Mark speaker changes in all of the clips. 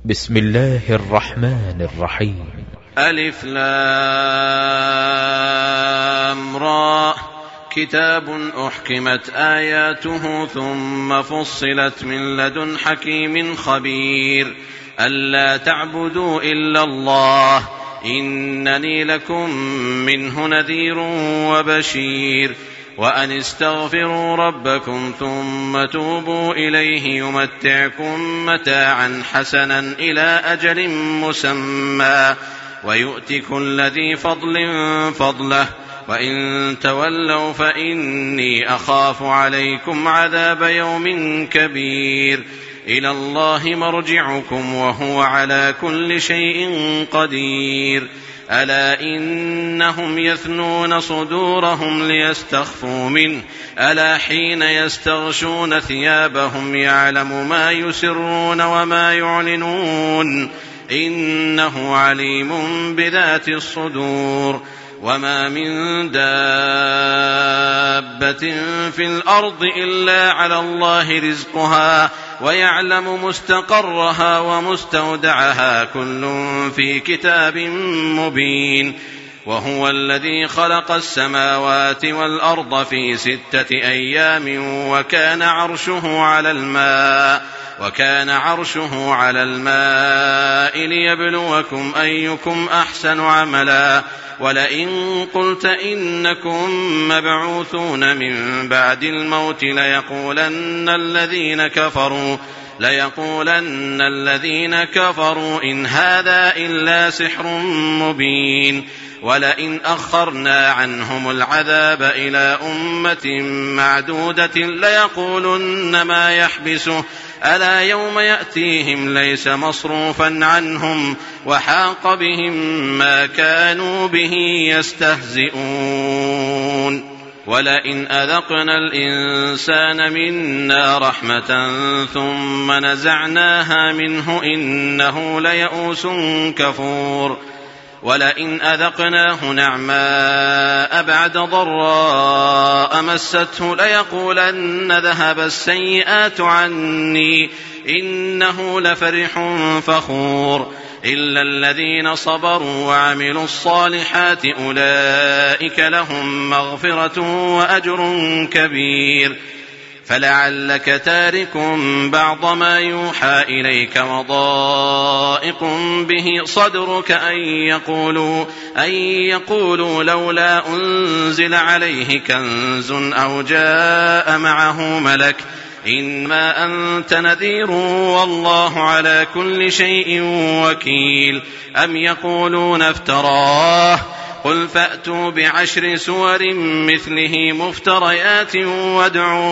Speaker 1: بسم الله الرحمن الرحيم.
Speaker 2: ألف لام را كتاب أحكمت آياته ثم فصلت من لدن حكيم خبير ألا تعبدوا إلا الله إنني لكم منه نذير وبشير وأن استغفروا ربكم ثم توبوا إليه يمتعكم متاعا حسنا إلى أجل مسمى ويؤت كل ذي فضل فضله وإن تولوا فإني أخاف عليكم عذاب يوم كبير إلى الله مرجعكم وهو على كل شيء قدير ألا إنهم يثنون صدورهم ليستخفوا منه ألا حين يستغشون ثيابهم يعلم ما يسرون وما يعلنون إنه عليم بذات الصدور وما من دابة في الأرض إلا على الله رزقها ويعلم مستقرها ومستودعها كل في كتاب مبين وهو الذي خلق السماوات والأرض في 6 أيام وكان عرشه على الماء ليبلوكم أيكم أحسن عملا ولئن قلت إنكم مبعوثون من بعد الموت ليقولن الذين كفروا إن هذا إلا سحر مبين ولئن أخرنا عنهم العذاب إلى أمة معدودة ليقولن ما يحبسه ألا يوم يأتيهم ليس مصروفا عنهم وحاق بهم ما كانوا به يستهزئون ولئن أذقنا الإنسان منا رحمة ثم نزعناها منه إنه ليئوس كفور ولئن أذقناه نعماء بعد ضراء مسته ليقولن ذهب السيئات عني إنه لفرح فخور إلا الذين صبروا وعملوا الصالحات أولئك لهم مغفرة وأجر كبير فلعلك تارك بعض ما يوحى إليك وضائق به صدرك أن يقولوا لولا أنزل عليه كنز أو جاء معه ملك إنما أنت نذير والله على كل شيء وكيل أم يقولون افتراه قل فأتوا ب10 سور مثله مفتريات وادعوا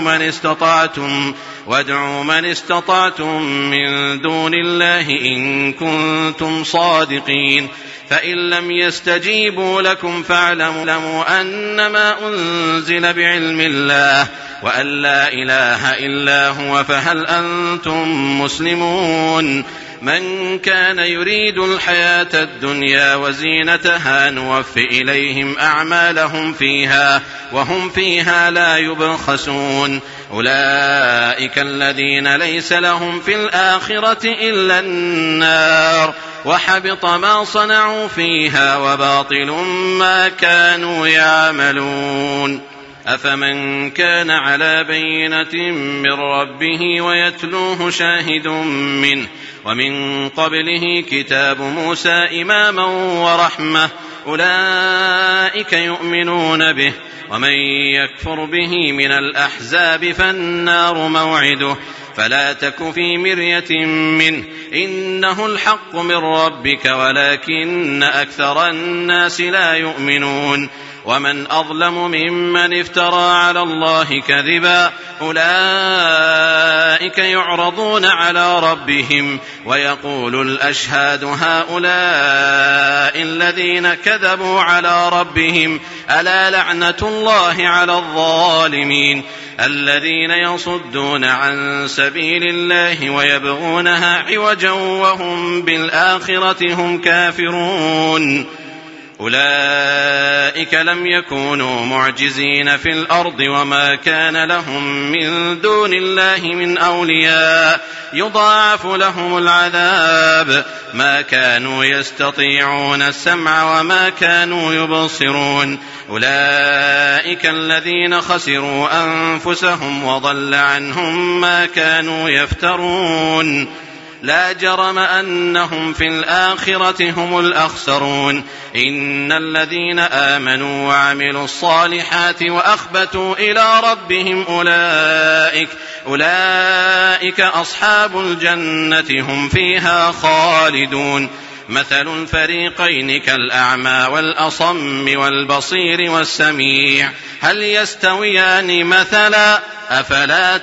Speaker 2: من استطعتم من دون الله إن كنتم صادقين فإن لم يستجيبوا لكم فاعلموا أنما أنزل بعلم الله وأن لا إله إلا هو فهل أنتم مسلمون من كان يريد الحياة الدنيا وزينتها نوف إليهم أعمالهم فيها وهم فيها لا يبخسون أولئك الذين ليس لهم في الآخرة إلا النار وحبط ما صنعوا فيها وباطل ما كانوا يعملون أفمن كان على بينة من ربه ويتلوه شاهد منه ومن قبله كتاب موسى إماما ورحمة أولئك يؤمنون به ومن يكفر به من الأحزاب فالنار موعده فلا تك في مرية منه إنه الحق من ربك ولكن أكثر الناس لا يؤمنون ومن أظلم ممن افترى على الله كذبا أولئك يعرضون على ربهم ويقول الأشهاد هؤلاء الذين كذبوا على ربهم ألا لعنة الله على الظالمين الذين يصدون عن سبيل الله ويبغونها عوجا وهم بالآخرة هم كافرون أولئك لم يكونوا معجزين في الأرض وما كان لهم من دون الله من أولياء يضاعف لهم العذاب ما كانوا يستطيعون السمع وما كانوا يبصرون أولئك الذين خسروا أنفسهم وضل عنهم ما كانوا يفترون لا جرم أنهم في الآخرة هم الأخسرون إن الذين آمنوا وعملوا الصالحات وأخبتوا إلى ربهم أولئك أصحاب الجنة هم فيها خالدون مثل الفريقين كالأعمى والأصم والبصير والسميع هل يستويان مثلا أفلا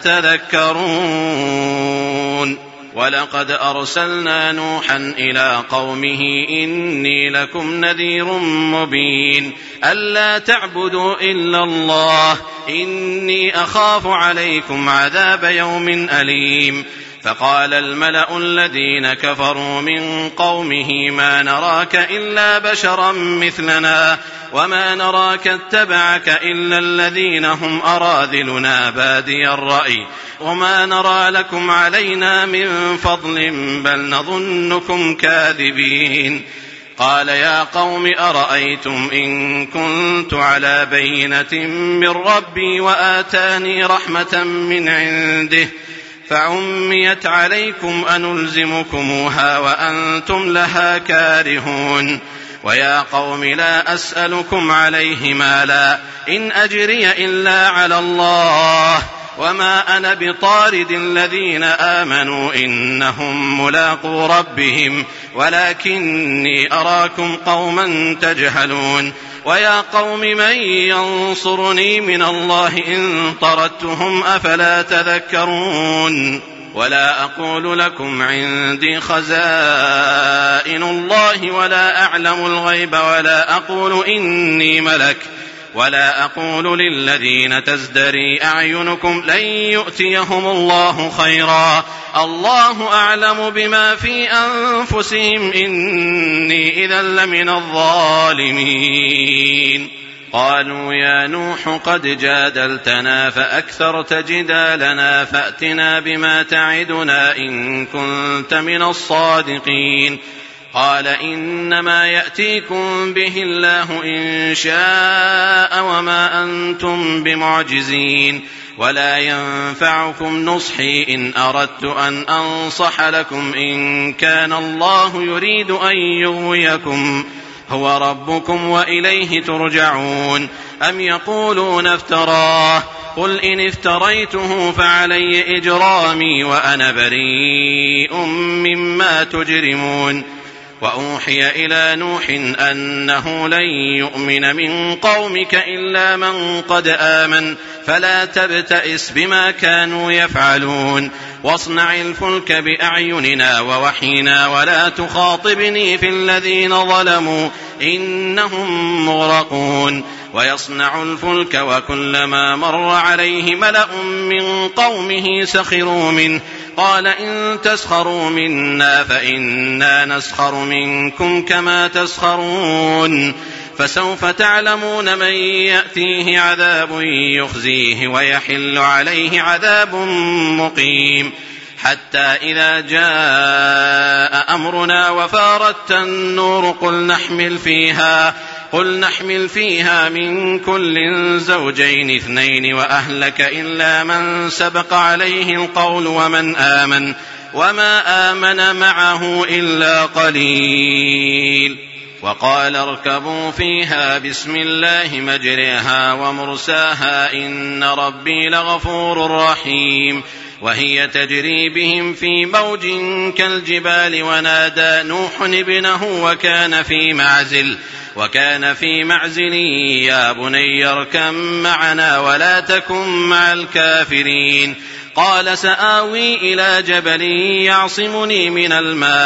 Speaker 2: تذكرون ولقد أرسلنا نوحا إلى قومه إني لكم نذير مبين ألا تعبدوا إلا الله إني أخاف عليكم عذاب يوم أليم فقال الملأ الذين كفروا من قومه ما نراك إلا بشرا مثلنا وما نراك اتبعك إلا الذين هم أراذلنا بادي الرأي وما نرى لكم علينا من فضل بل نظنكم كاذبين قال يا قوم أرأيتم إن كنت على بينة من ربي وآتاني رحمة من عنده فعميت عليكم أنلزمكموها وأنتم لها كارهون ويا قوم لا أسألكم عليه مالا إن أجري إلا على الله وما أنا بطارد الذين آمنوا إنهم ملاقو ربهم ولكني أراكم قوما تجهلون ويا قوم من ينصرني من الله إن طردتهم أفلا تذكرون ولا أقول لكم عندي خزائن الله ولا أعلم الغيب ولا أقول إني ملك ولا أقول للذين تزدري أعينكم لن يؤتيهم الله خيرا الله أعلم بما في أنفسهم إني إذا لمن الظالمين قالوا يا نوح قد جادلتنا فأكثرت جدالنا فأتنا بما تعدنا إن كنت من الصادقين قال إنما يأتيكم به الله إن شاء وما أنتم بمعجزين ولا ينفعكم نصحي إن أردت أن أنصح لكم إن كان الله يريد أن يغويكم هو ربكم وإليه ترجعون أم يقولون افتراه قل إن افتريته فعلي إجرامي وأنا بريء مما تجرمون وأوحي إلى نوح أنه لن يؤمن من قومك إلا من قد آمن فلا تبتئس بما كانوا يفعلون واصنع الفلك بأعيننا ووحينا ولا تخاطبني في الذين ظلموا إنهم مغرقون ويصنع الفلك وكلما مر عليه ملأ من قومه سخروا منه قال إن تسخروا منا فإنا نسخر منكم كما تسخرون فسوف تعلمون من يأتيه عذاب يخزيه ويحل عليه عذاب مقيم حتى إذا جاء أمرنا وفارت النور قل نحمل فيها من كل زوجين اثنين وأهلك إلا من سبق عليه القول وما آمن معه إلا قليل وقال اركبوا فيها بسم الله مجريها ومرساها إن ربي لغفور رحيم وهي تجري بهم في موج كالجبال ونادى نوح ابنه وكان في معزل يا بني اركب معنا ولا تكن مع الكافرين قال سآوي إلى جبل يعصمني من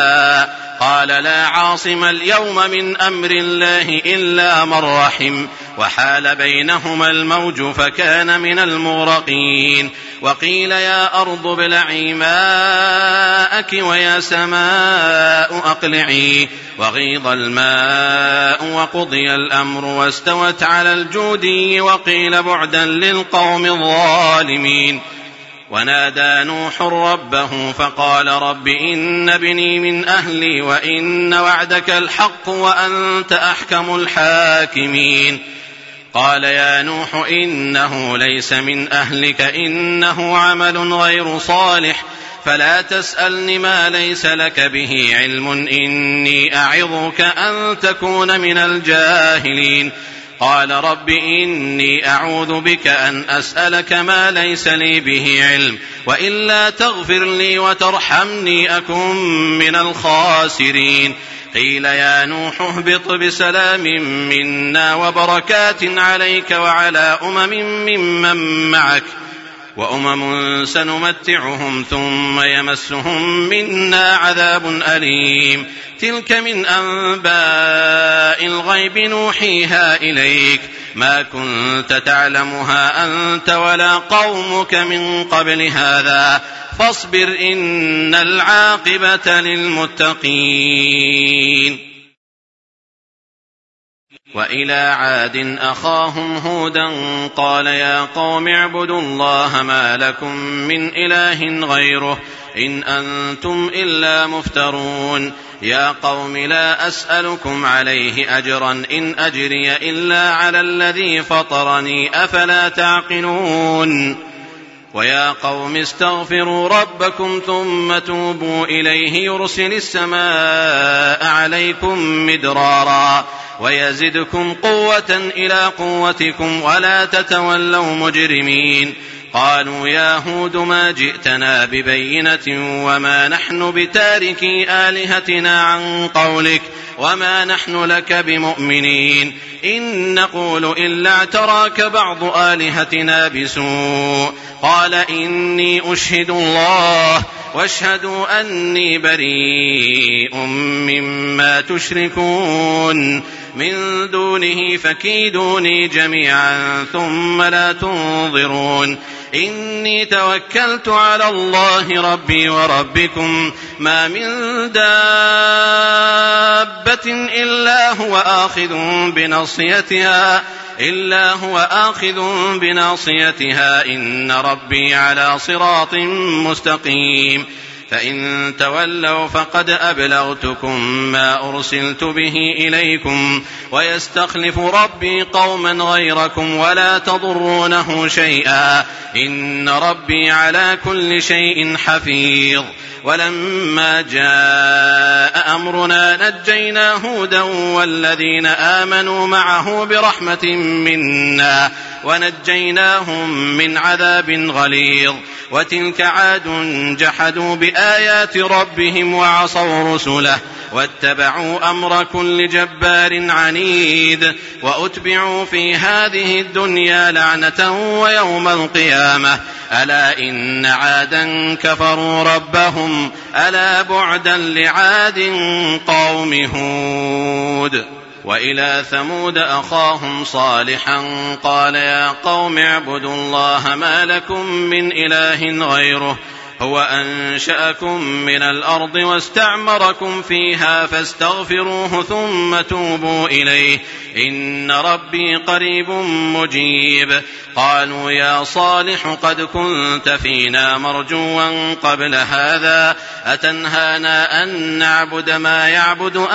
Speaker 2: الماء قال لا عاصم اليوم من أمر الله إلا من رحم وحال بينهما الموج فكان من المغرقين. وقيل يا أرض ابلعي ماءك ويا سماء أقلعي وغيض الماء وقضي الأمر واستوت على الجودي وقيل بعدا للقوم الظالمين. ونادى نوح ربه فقال رب إن ابني من أهلي وإن وعدك الحق وأنت أحكم الحاكمين. قال يا نوح إنه ليس من أهلك إنه عمل غير صالح فلا تسألني ما ليس لك به علم إني أعظك أن تكون من الجاهلين. قال رب إني أعوذ بك أن أسألك ما ليس لي به علم وإلا تغفر لي وترحمني أكن من الخاسرين. قيل يا نوح اهبط بسلام منا وبركات عليك وعلى ممن معك وأمم سنمتعهم ثم يمسهم منا عذاب أليم. تلك من أنباء الغيب نوحيها إليك ما كنت تعلمها أنت ولا قومك من قبل هذا فاصبر إن العاقبة للمتقين. وإلى عاد أخاهم هودا قال يا قوم اعبدوا الله ما لكم من إله غيره إن أنتم إلا مفترون. يا قوم لا أسألكم عليه أجرا إن أجري إلا على الذي فطرني أفلا تعقلون. ويا قوم استغفروا ربكم ثم توبوا إليه يرسل السماء عليكم مدرارا ويزدكم قوة إلى قوتكم ولا تتولوا مجرمين. قالوا يا هود ما جئتنا ببينة وما نحن بتاركي آلهتنا عن قولك وما نحن لك بمؤمنين إن نقول إلا اعتراك بعض آلهتنا بسوء. قال إني أشهد الله واشهدوا أني بريء مما تشركون من دونه فكيدوني جميعا ثم لا تنظرون. إني توكلت على الله ربي وربكم ما من دابة إلا هو آخذ بناصيتها إن ربي على صراط مستقيم. فإن تولوا فقد أبلغتكم ما أرسلت به إليكم ويستخلف ربي قوما غيركم ولا تضرونه شيئا إن ربي على كل شيء حفيظ. ولما جاء أمرنا نجينا هودا والذين آمنوا معه برحمة منا ونجيناهم من عذاب غليظ. وتلك عاد جحدوا بآيات ربهم وعصوا رسله واتبعوا أمر كل جبار عنيد وأتبعوا في هذه الدنيا لعنة ويوم القيامة ألا إن عادا كفروا ربهم ألا بعدا لعاد قوم هود. وإلى ثمود أخاهم صالحا قال يا قوم اعبدوا الله ما لكم من إله غيره هو أنشأكم من الأرض واستعمركم فيها فاستغفروه ثم توبوا إليه إن ربي قريب مجيب. قالوا يا صالح قد كنت فينا مرجوا قبل هذا أتنهانا أن نعبد ما يعبد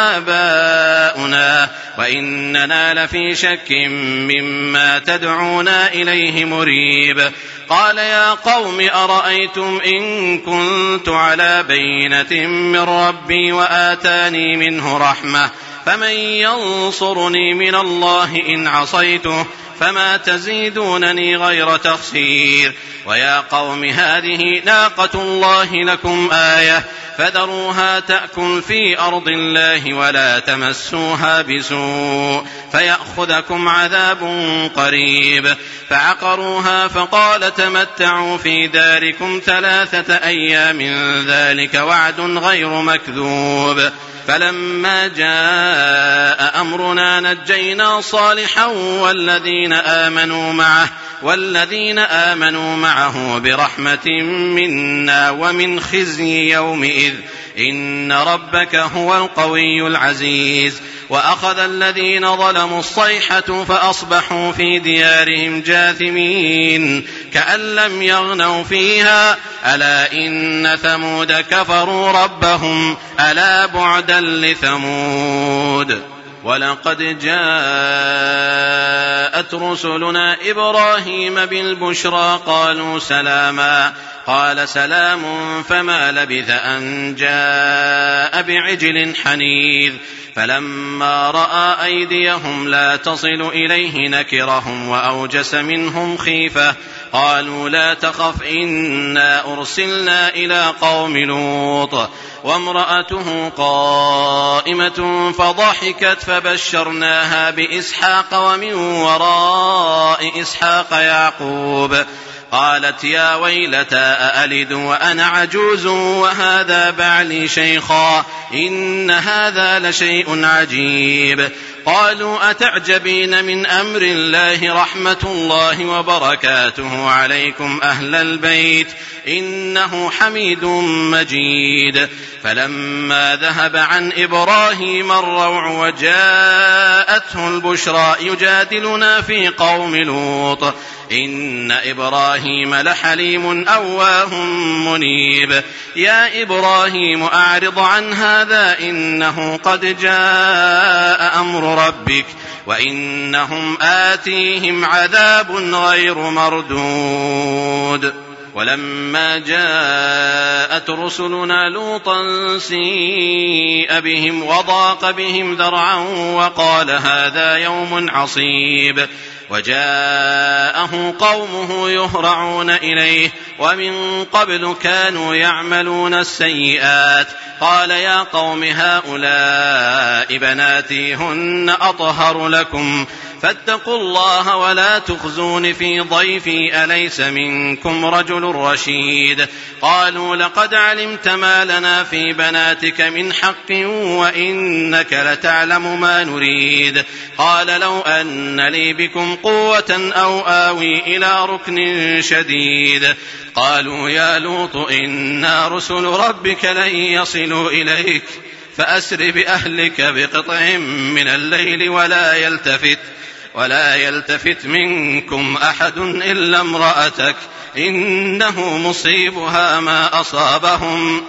Speaker 2: آباؤنا وإننا لفي شك مما تدعونا إليه مريب. قال يا قوم أرأيتم إن كنت على بينة من ربي وآتاني منه رحمة فمن ينصرني من الله إن عصيته فما تزيدونني غير تخسير. ويا قوم هذه ناقة الله لكم آية فذروها تأكل في أرض الله ولا تمسوها بسوء فيأخذكم عذاب قريب. فعقروها فقال تمتعوا في داركم 3 أيام ذلك وعد غير مكذوب. فلما جاء جاء أمرنا نجينا صالحا والذين آمنوا معه برحمة منا ومن خزي يومئذ إن ربك هو القوي العزيز. وأخذ الذين ظلموا الصيحة فأصبحوا في ديارهم جاثمين كأن لم يغنوا فيها ألا إن ثمود كفروا ربهم ألا بعدا لثمود. ولقد جاءت رسلنا إبراهيم بالبشرى قالوا سلاما قال سلام فما لبث أن جاء بعجل حنيذ فلما رأى أيديهم لا تصل إليه نكرهم وأوجس منهم خيفة قالوا لا تخف إنا أرسلنا إلى قوم لوط وامرأته قائمة فضحكت فبشرناها بإسحاق ومن وراء إسحاق يعقوب قالت يا ويلتى أألد وأنا عجوز وهذا بعلي شيخا إن هذا لشيء عجيب. قالوا أتعجبين من أمر الله رحمة الله وبركاته عليكم أهل البيت إنه حميد مجيد. فلما ذهب عن إبراهيم الروع وجاءته البشرى يجادلنا في قوم لوط إن إبراهيم لحليم أواه منيب. يا إبراهيم أعرض عن هذا إنه قد جاء أمر ربك وإنهم آتيهم عذاب غير مردود. ولما جاءت رسلنا لوطا سيء بهم وضاق بهم ذرعا وقال هذا يوم عصيب وجاءه قومه يهرعون إليه ومن قبل كانوا يعملون السيئات قال يا قوم هؤلاء بناتي هن أطهر لكم فاتقوا الله ولا تخزون في ضيفي أليس منكم رجل رشيد. قالوا لقد علمت ما لنا في بناتك من حق وإنك لتعلم ما نريد. قال لو أن لي بكم قوة أو آوي إلى ركن شديد. قالوا يا لوط إنا رسل ربك لن يصلوا إليك فأسر بأهلك بقطع من الليل ولا يلتفت منكم أحد إلا امرأتك إنه مصيبها ما أصابهم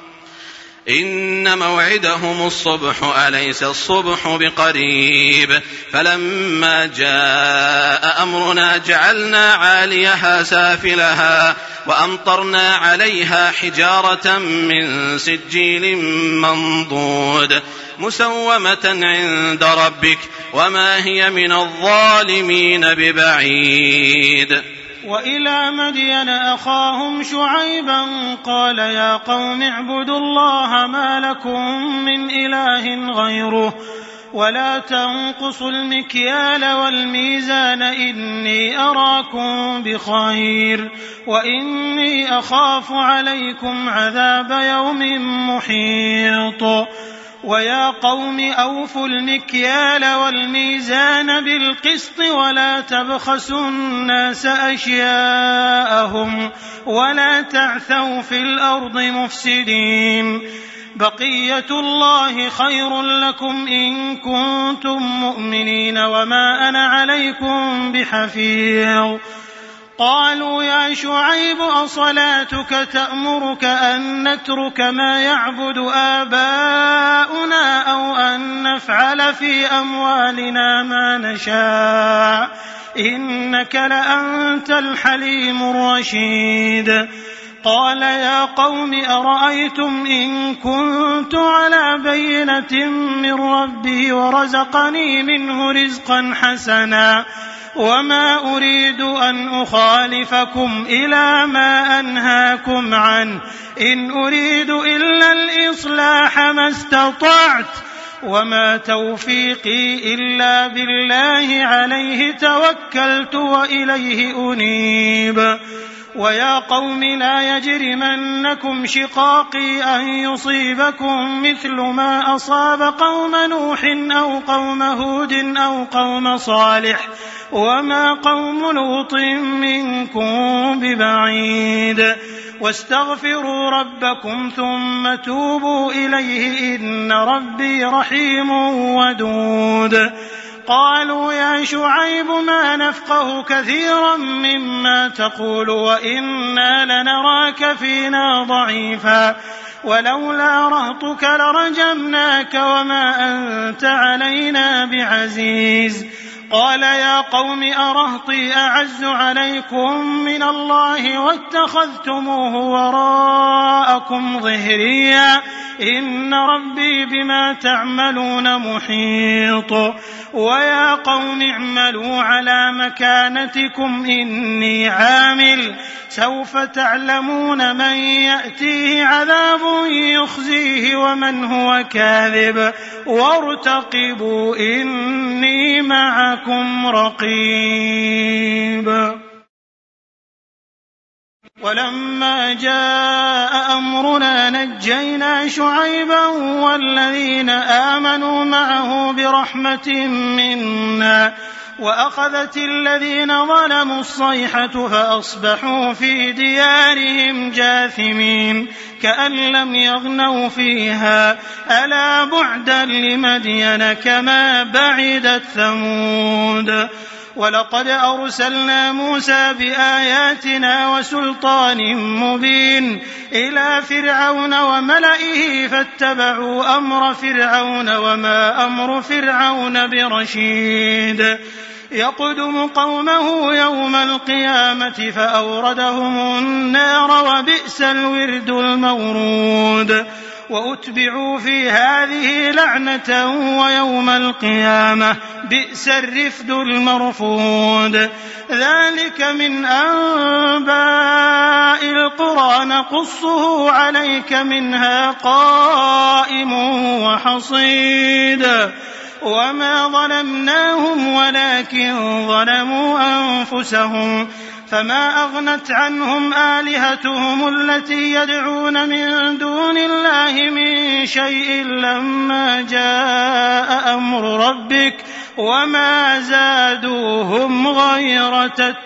Speaker 2: إن موعدهم الصبح أليس الصبح بقريب. فلما جاء أمرنا جعلنا عاليها سافلها وأمطرنا عليها حجارة من سجيل منضود مسومة عند ربك وما هي من الظالمين ببعيد.
Speaker 3: وإلى مدين أخاهم شعيبا قال يا قوم اعبدوا الله ما لكم من إله غيره ولا تنقصوا المكيال والميزان إني أراكم بخير وإني أخاف عليكم عذاب يوم محيط. ويا قوم أوفوا المكيال والميزان بالقسط ولا تبخسوا الناس أشياءهم ولا تعثوا في الأرض مفسدين. بقية الله خير لكم إن كنتم مؤمنين وما أنا عليكم بحفيظ. قالوا يا شعيب أصلاتك تأمرك أن نترك ما يعبد آباؤنا أو أن نفعل في أموالنا ما نشاء إنك لأنت الحليم الرشيد. قال يا قوم أرأيتم إن كنت على بينة من ربي ورزقني منه رزقا حسنا وما أريد أن أخالفكم إلى ما أنهاكم عنه إن أريد إلا الإصلاح ما استطعت وما توفيقي إلا بالله عليه توكلت وإليه أنيب. ويا قوم لا يجرمنكم شقاقي أن يصيبكم مثل ما أصاب قوم نوح أو قوم هود أو قوم صالح وما قوم لوط منكم ببعيد واستغفروا ربكم ثم توبوا إليه إن ربي رحيم ودود. قالوا يا شعيب ما نفقه كثيرا مما تقول وإنا لنراك فينا ضعيفا ولولا رهطك لرجمناك وما أنت علينا بعزيز. قال يا قوم أرهطي أعز عليكم من الله واتخذتموه وراءكم ظهريا إن ربي بما تعملون محيط. ويا قوم اعملوا على مكانتكم إني عامل سوف تعلمون من يأتيه عذاب يخزيه ومن هو كاذب وارتقبوا إني معكم رقيب. ولما جاء أمرنا نجينا شعيبا والذين آمنوا معه برحمة منا وأخذت الذين ظلموا الصيحة فأصبحوا في ديارهم جاثمين كأن لم يغنوا فيها ألا بعدا لمدين كما بعدت ثمود. ولقد أرسلنا موسى بآياتنا وسلطان مبين إلى فرعون وملئه فاتبعوا أمر فرعون وما أمر فرعون برشيد. يقدم قومه يوم القيامة فأوردهم النار وبئس الورد المورود. وأتبعوا في هذه لعنة ويوم القيامة بئس الرفد المرفود. ذلك من أنباء القرى نقصه عليك منها قائم وحصيد. وما ظلمناهم ولكن ظلموا أنفسهم فما أغنت عنهم آلهتهم التي يدعون من دون الله من شيء لما جاء أمر ربك وما زادوهم غير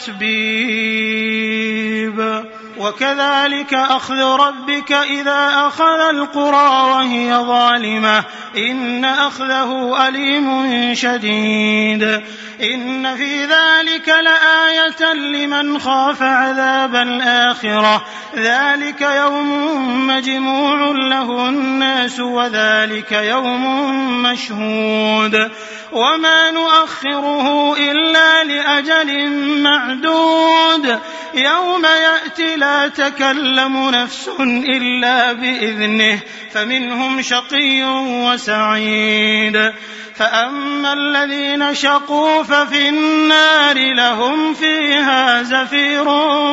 Speaker 3: تتبيب. وكذلك أخذ ربك إذا أخذ القرى وهي ظالمة إن أخذه أليم شديد. إن في ذلك لآية لمن خاف عذاب الآخرة ذلك يوم مجموع له الناس وذلك يوم مشهود. وما نؤخره إلا لأجل معدود يوم يأتي لا تكلم نفس إلا بإذنه فمنهم شقي وسعيد. فأما الذين شقوا ففي النار لهم فيها زفير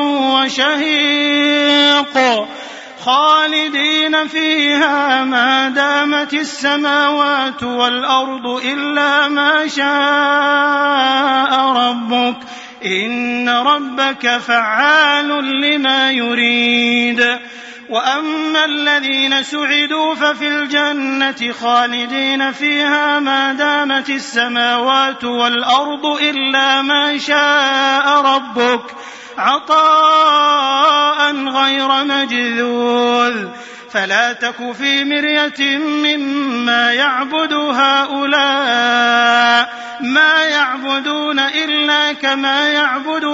Speaker 3: وشهيق خالدين فيها ما دامت السماوات والأرض إلا ما شاء ربك إن ربك فعال لما يريد. وأما الذين سعدوا ففي الجنة خالدين فيها ما دامت السماوات والأرض إلا ما شاء ربك عطاء غير مجذوذ. فلا تك في مرية مما يعبد هؤلاء ما يعبدون إلا كما يعبد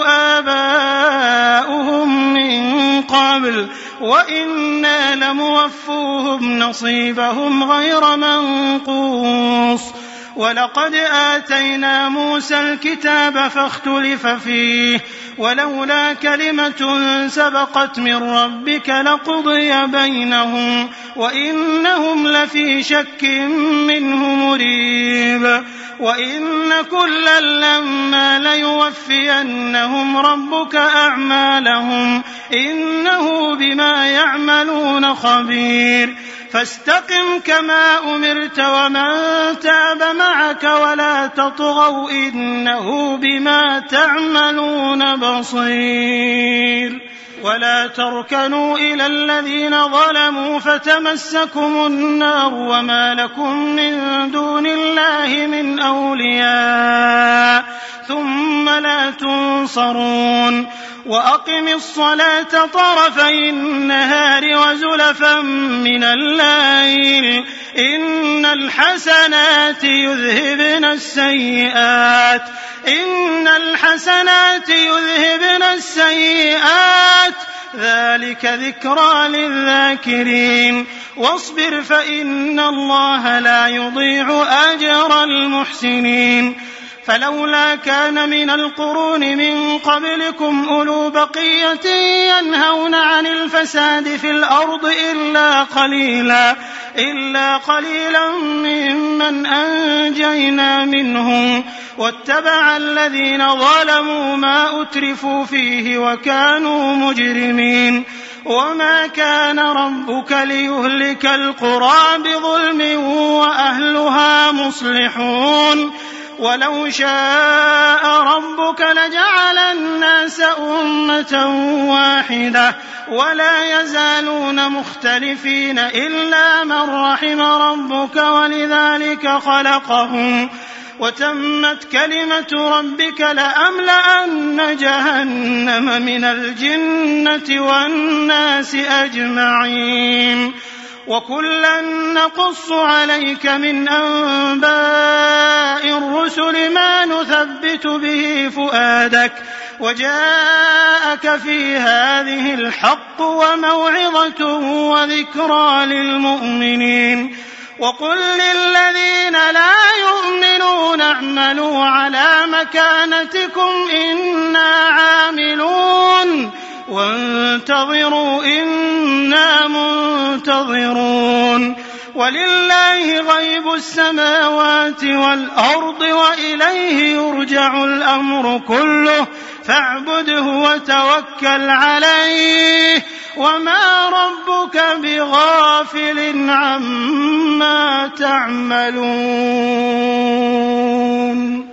Speaker 3: آباؤهم من قبل وإنا لموفوهم نصيبهم غير منقوص. ولقد آتينا موسى الكتاب فاختلف فيه ولولا كلمة سبقت من ربك لقضي بينهم وإنهم لفي شك منه مريب. وإن كلا لما ليوفينهم ربك أعمالهم إنه بما يعملون خبير. فاستقم كما أمرت ومن تاب معك ولا تطغوا إنه بما تعملون بصير. ولا تركنوا إلى الذين ظلموا فتمسكم النار وما لكم من دون الله من أولياء ثم لا تنصرون وأقم الصلاة طرفي النهار وزلفا من الليل إن الحسنات يذهبن السيئات ذلك ذكرى للذاكرين واصبر فإن الله لا يضيع أجر المحسنين فلولا كان من القرون من قبلكم أولو بقية ينهون عن الفساد في الأرض إلا قليلا ممن أنجينا منهم واتبع الذين ظلموا ما أترفوا فيه وكانوا مجرمين وما كان ربك ليهلك القرى بظلم وأهلها مصلحون ولو شاء ربك لجعل الناس أمة واحدة ولا يزالون مختلفين إلا من رحم ربك ولذلك خلقهم وتمت كلمة ربك لأملأن جهنم من الجنة والناس أجمعين وكلا نقص عليك من أنباء الرسل ما نثبت به فؤادك وجاءك في هذه الحق وموعظة وذكرى للمؤمنين وقل للذين لا يؤمنون اعملوا على مكانتكم إنا عاملون وانتظروا إنا منتظرون ولله غيب السماوات والأرض وإليه يرجع الأمر كله فاعبده وتوكل عليه وما ربك بغافل عما تعملون